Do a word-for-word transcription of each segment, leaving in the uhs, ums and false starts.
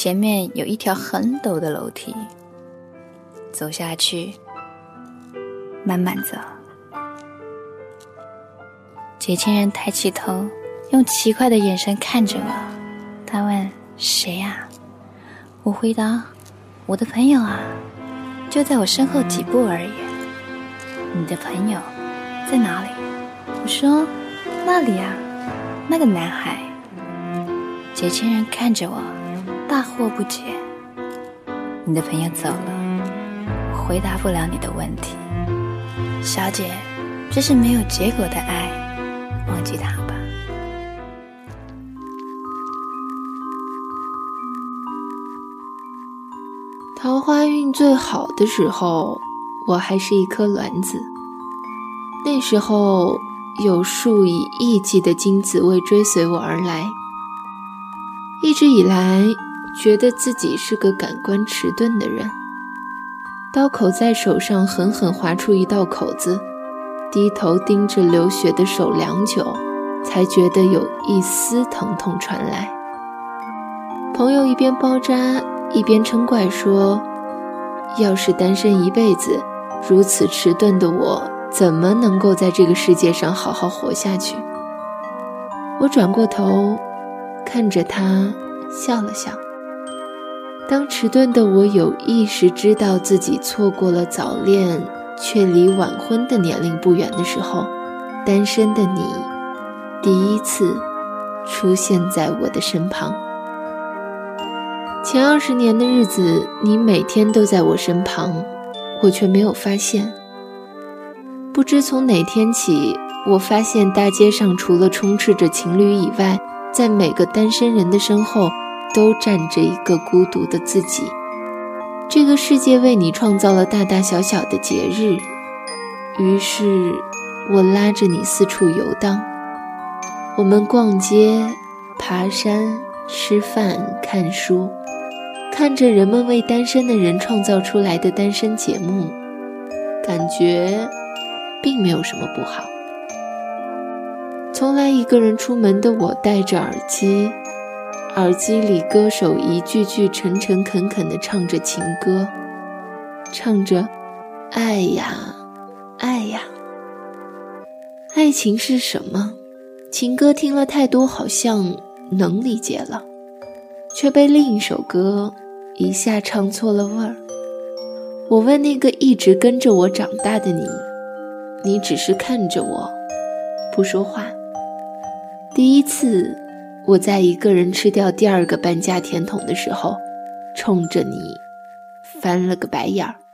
前面有一条很陡的楼梯，走下去，慢慢走。结亲人抬起头，用奇怪的眼神看着我，他问：谁啊？我回答：我的朋友啊，就在我身后几步而已。你的朋友在哪里？我说：那里啊，那个男孩。结亲人看着我，大惑不解。你的朋友走了，我回答不了你的问题。小姐，这是没有结果的爱，忘记他吧。 桃花运最好的时候，我还是一颗卵子。那时候有数以亿计的精子为追随我而来。一直以来觉得自己是个感官迟钝的人，刀口在手上狠狠划出一道口子，低头盯着流血的手良久，才觉得有一丝疼痛传来。朋友一边包扎一边嗔怪说，要是单身一辈子，如此迟钝的我怎么能够在这个世界上好好活下去？我转过头看着他笑了笑。当迟钝的我有意识知道自己错过了早恋却离晚婚的年龄不远的时候，单身的你第一次出现在我的身旁。前二十年的日子，你每天都在我身旁，我却没有发现。不知从哪天起，我发现大街上除了充斥着情侣以外，在每个单身人的身后都站着一个孤独的自己。这个世界为你创造了大大小小的节日，于是我拉着你四处游荡。我们逛街、爬山、吃饭、看书，看着人们为单身的人创造出来的单身节目，感觉并没有什么不好。从来一个人出门的我戴着耳机，耳机里歌手一句句诚诚恳恳地唱着情歌，唱着爱呀爱呀。爱情是什么？情歌听了太多，好像能理解了，却被另一首歌一下唱错了味儿。我问那个一直跟着我长大的你，你只是看着我，不说话。第一次我在一个人吃掉第二个半价甜筒的时候，冲着你翻了个白眼儿。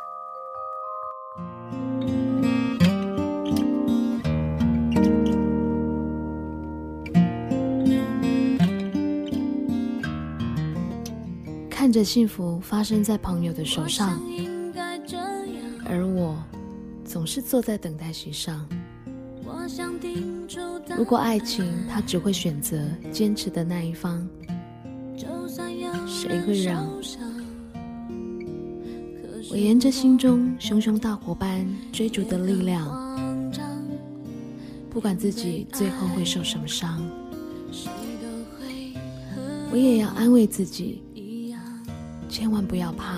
看着幸福发生在朋友的手上，而我总是坐在等待席上。如果爱情它只会选择坚持的那一方，谁会让？我沿着心中熊熊大火般追逐的力量，不管自己最后会受什么伤，我也要安慰自己，千万不要怕，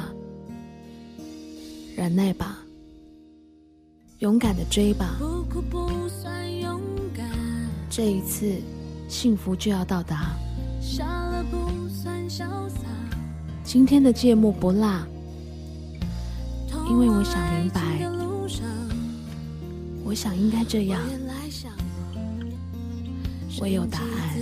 忍耐吧，勇敢的追吧，这一次幸福就要到达。今天的芥末不辣，因为我想明白，我想应该这样，我有答案。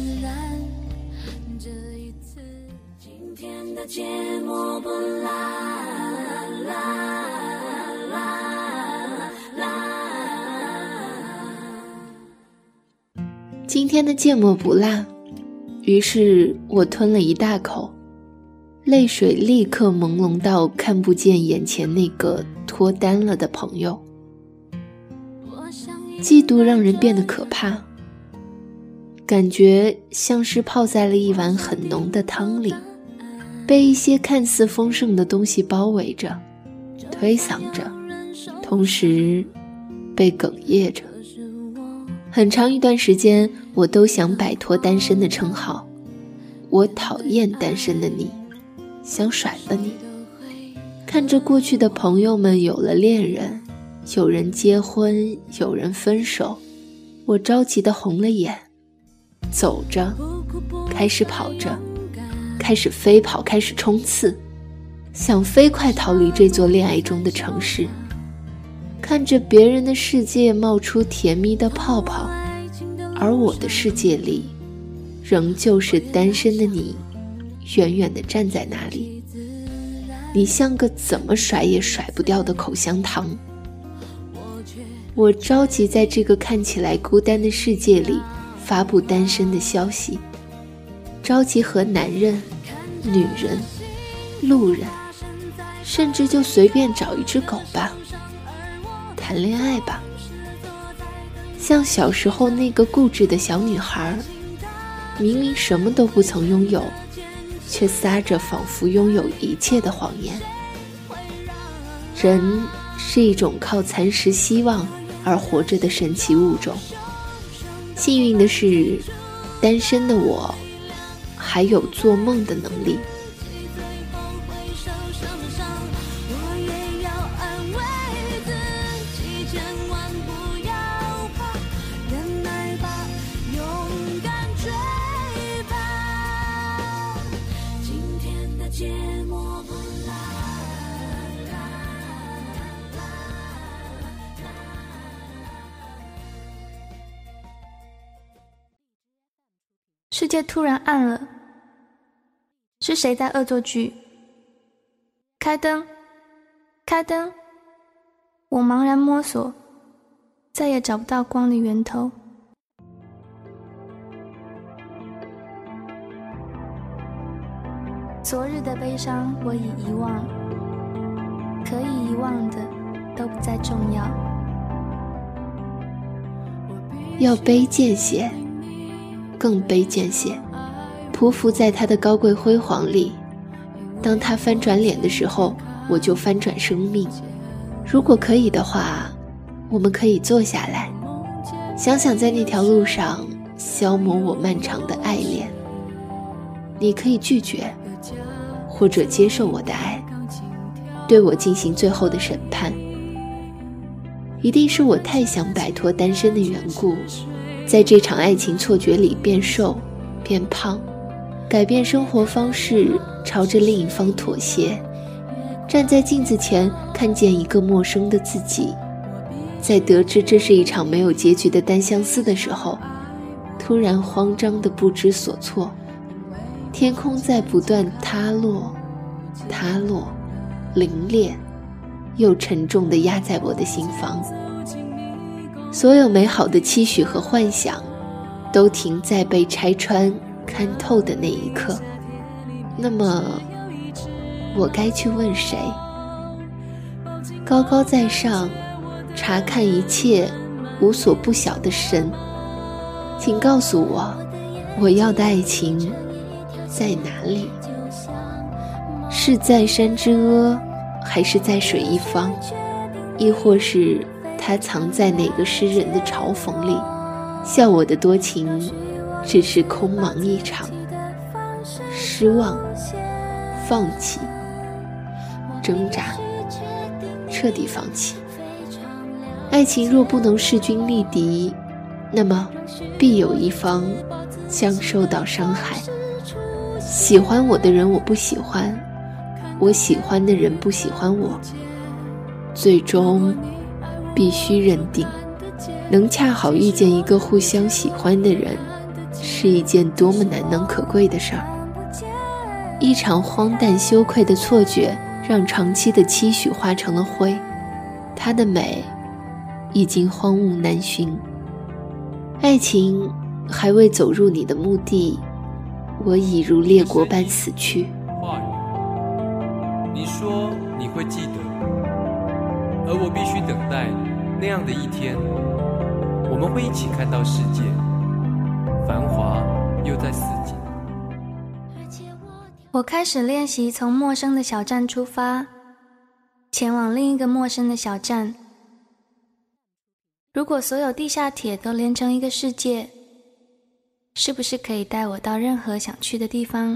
今天的芥末不辣辣辣辣， 今天的芥末不辣，于是我吞了一大口，泪水立刻朦胧到看不见眼前那个脱单了的朋友。嫉妒让人变得可怕，感觉像是泡在了一碗很浓的汤里，被一些看似丰盛的东西包围着，推搡着，同时被哽咽着。很长一段时间，我都想摆脱单身的称号， 我讨厌单身的你，想甩了你。看着过去的朋友们有了恋人，有人结婚，有人分手，我着急地红了眼，走着，开始跑着，开始飞跑，开始冲刺，想飞快逃离这座恋爱中的城市。看着别人的世界冒出甜蜜的泡泡，而我的世界里仍旧是单身的你，远远地站在那里。你像个怎么甩也甩不掉的口香糖。我着急在这个看起来孤单的世界里发布单身的消息，着急和男人、女人、路人，甚至就随便找一只狗吧，谈恋爱吧。像小时候那个固执的小女孩，明明什么都不曾拥有，却撒着仿佛拥有一切的谎言。人是一种靠蚕食希望而活着的神奇物种。幸运的是，单身的我还有做梦的能力。 世界突然暗了，是谁在恶作剧？开灯，开灯！我茫然摸索，再也找不到光的源头。昨日的悲伤我已遗忘，可以遗忘的都不再重要。 要卑贱些，更卑贱些，匍匐在他的高贵辉煌里。当他翻转脸的时候，我就翻转生命。如果可以的话，我们可以坐下来，想想在那条路上消磨我漫长的爱恋。你可以拒绝，或者接受我的爱，对我进行最后的审判。一定是我太想摆脱单身的缘故，在这场爱情错觉里变瘦变胖，改变生活方式，朝着另一方妥协。站在镜子前看见一个陌生的自己，在得知这是一场没有结局的单相思的时候，突然慌张的不知所措。天空在不断塌落塌落，凌冽又沉重地压在我的心房。所有美好的期许和幻想都停在被拆穿看透的那一刻。那么我该去问谁？高高在上查看一切无所不晓的神，请告诉我，我要的爱情在哪里？是在山之阿，还是在水一方？亦或是它藏在哪个诗人的嘲讽里，笑我的多情只是空忙一场？失望，放弃，挣扎，彻底放弃。爱情若不能势均力敌，那么必有一方将受到伤害。喜欢我的人我不喜欢，我喜欢的人不喜欢我，最终必须认定，能恰好遇见一个互相喜欢的人，是一件多么难能可贵的事儿。一场荒诞羞愧的错觉，让长期的期许化成了灰，它的美已经荒芜难寻。爱情还未走入你的墓地，我已如列国般死去。 话语，你说你会记得，而我必须等待那样的一天，我们会一起看到世界繁华又在四季。 我开始练习从陌生的小站出发，前往另一个陌生的小站。如果所有地下铁都连成一个世界， 是不是可以带我到任何想去的地方？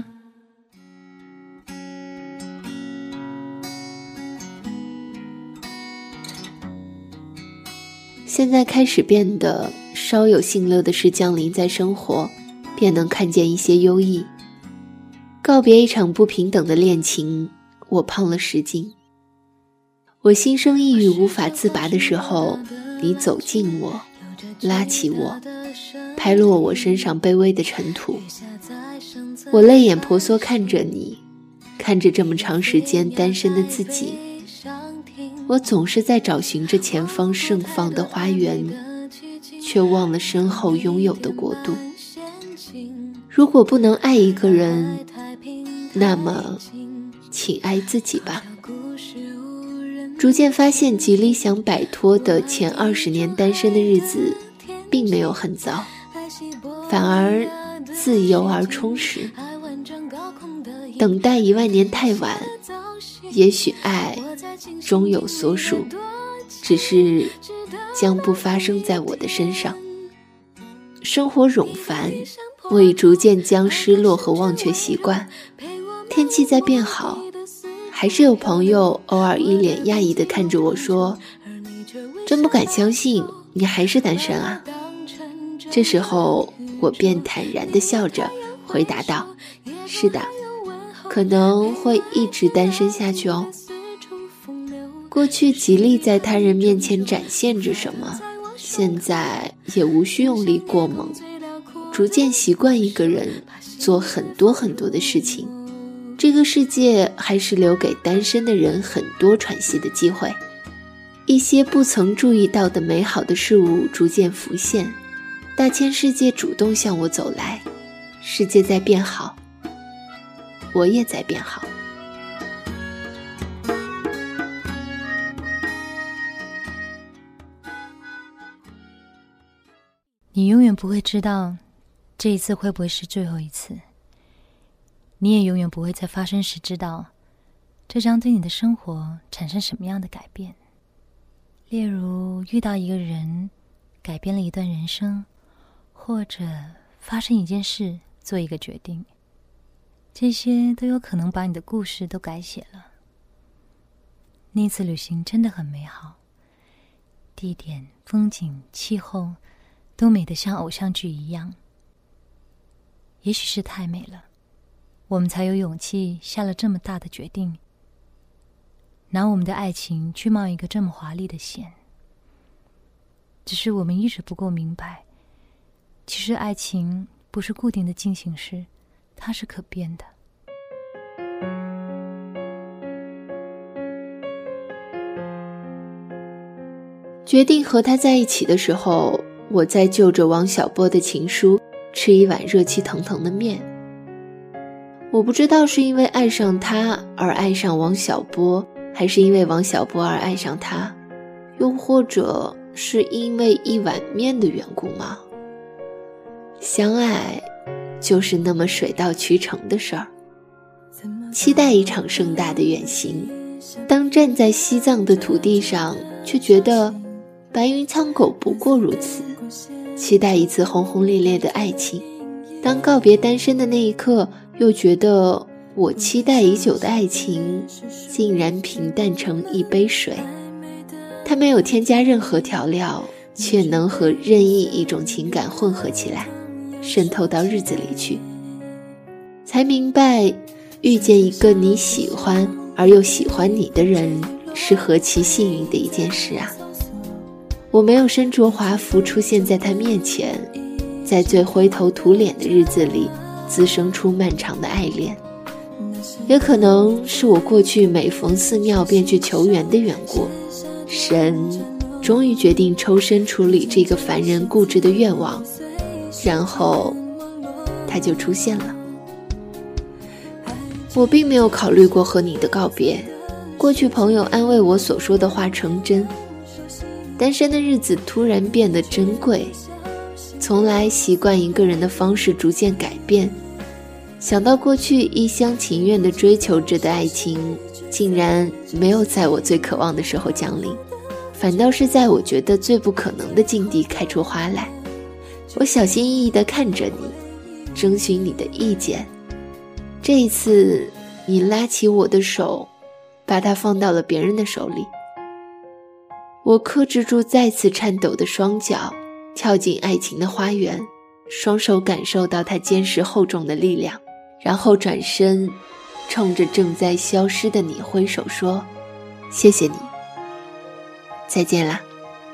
现在开始变得稍有幸乐的事降临在生活，便能看见一些优异。告别一场不平等的恋情，我胖了十斤。我心生抑郁无法自拔的时候，你走近我，拉起我，拍落我身上卑微的尘土。我泪眼婆娑看着你，看着这么长时间单身的自己，我总是在找寻着前方盛放的花园，却忘了身后拥有的国度。如果不能爱一个人，那么请爱自己吧。逐渐发现极力想摆脱的前二十年单身的日子并没有很糟，反而自由而充实。等待一万年太晚，也许爱终有所属，只是将不发生在我的身上。生活冗繁，我已逐渐将失落和忘却习惯。天气在变好，还是有朋友偶尔一脸讶异地看着我说，真不敢相信你还是单身啊。这时候我便坦然地笑着回答道，是的，可能会一直单身下去哦。过去极力在他人面前展现着什么，现在也无需用力过猛，逐渐习惯一个人做很多很多的事情。这个世界还是留给单身的人很多喘息的机会，一些不曾注意到的美好的事物逐渐浮现，大千世界主动向我走来，世界在变好，我也在变好。 你永远不会知道这一次会不会是最后一次，你也永远不会在发生时知道这将对你的生活产生什么样的改变。例如遇到一个人，改变了一段人生，或者发生一件事，做一个决定，这些都有可能把你的故事都改写了。那次旅行真的很美好，地点、风景、气候都美得像偶像剧一样。也许是太美了，我们才有勇气下了这么大的决定，拿我们的爱情去冒一个这么华丽的险。只是我们一直不够明白，其实爱情不是固定的进行式，它是可变的。 决定和他在一起的时候，我在就着王小波的情书吃一碗热气腾腾的面。我不知道是因为爱上他而爱上王小波，还是因为王小波而爱上他，又或者是因为一碗面的缘故吗？相爱就是那么水到渠成的事儿。期待一场盛大的远行，当站在西藏的土地上，却觉得白云苍狗不过如此。期待一次轰轰烈烈的爱情，当告别单身的那一刻，又觉得我期待已久的爱情竟然平淡成一杯水。它没有添加任何调料，却能和任意一种情感混合起来，渗透到日子里去。才明白，遇见一个你喜欢而又喜欢你的人，是何其幸运的一件事啊！我没有身着华服出现在他面前，在最灰头土脸的日子里滋生出漫长的爱恋。也可能是我过去每逢寺庙便去求缘的缘故，神终于决定抽身处理这个凡人固执的愿望，然后他就出现了。我并没有考虑过和你的告别，过去朋友安慰我所说的话成真。单身的日子突然变得珍贵，从来习惯一个人的方式逐渐改变，想到过去一厢情愿地追求着的爱情，竟然没有在我最渴望的时候降临，反倒是在我觉得最不可能的境地开出花来。我小心翼翼地看着你， 征询你的意见。这一次，你拉起我的手，把它放到了别人的手里。我克制住再次颤抖的双脚，跳进爱情的花园，双手感受到它坚实厚重的力量，然后转身冲着正在消失的你挥手说：谢谢你，再见啦。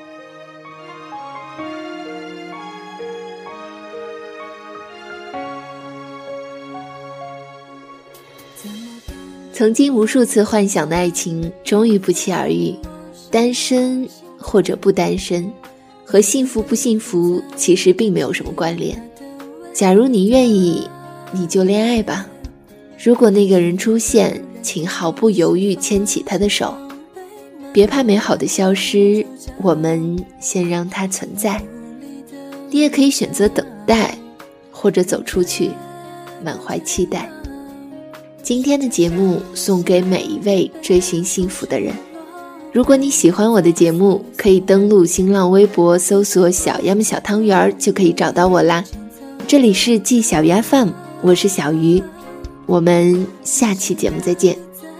曾经无数次幻想的爱情终于不期而遇，单身或者不单身和幸福不幸福其实并没有什么关联。假如你愿意，你就恋爱吧。如果那个人出现，请毫不犹豫牵起他的手，别怕美好的消失，我们先让它存在。你也可以选择等待，或者走出去，满怀期待。今天的节目送给每一位追寻幸福的人。如果你喜欢我的节目，可以登录新浪微博搜索小鸭们小汤圆就可以找到我啦。这里是季小鱼 F M， 我是小鱼，我们下期节目再见。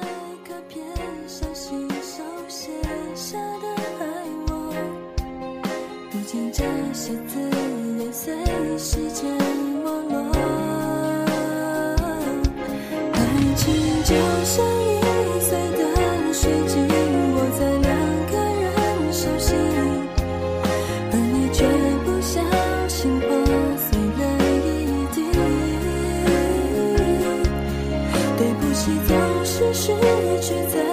就像易碎的水晶，握在两个人手心，而你却不小心破碎了一地。对不起，总是失去在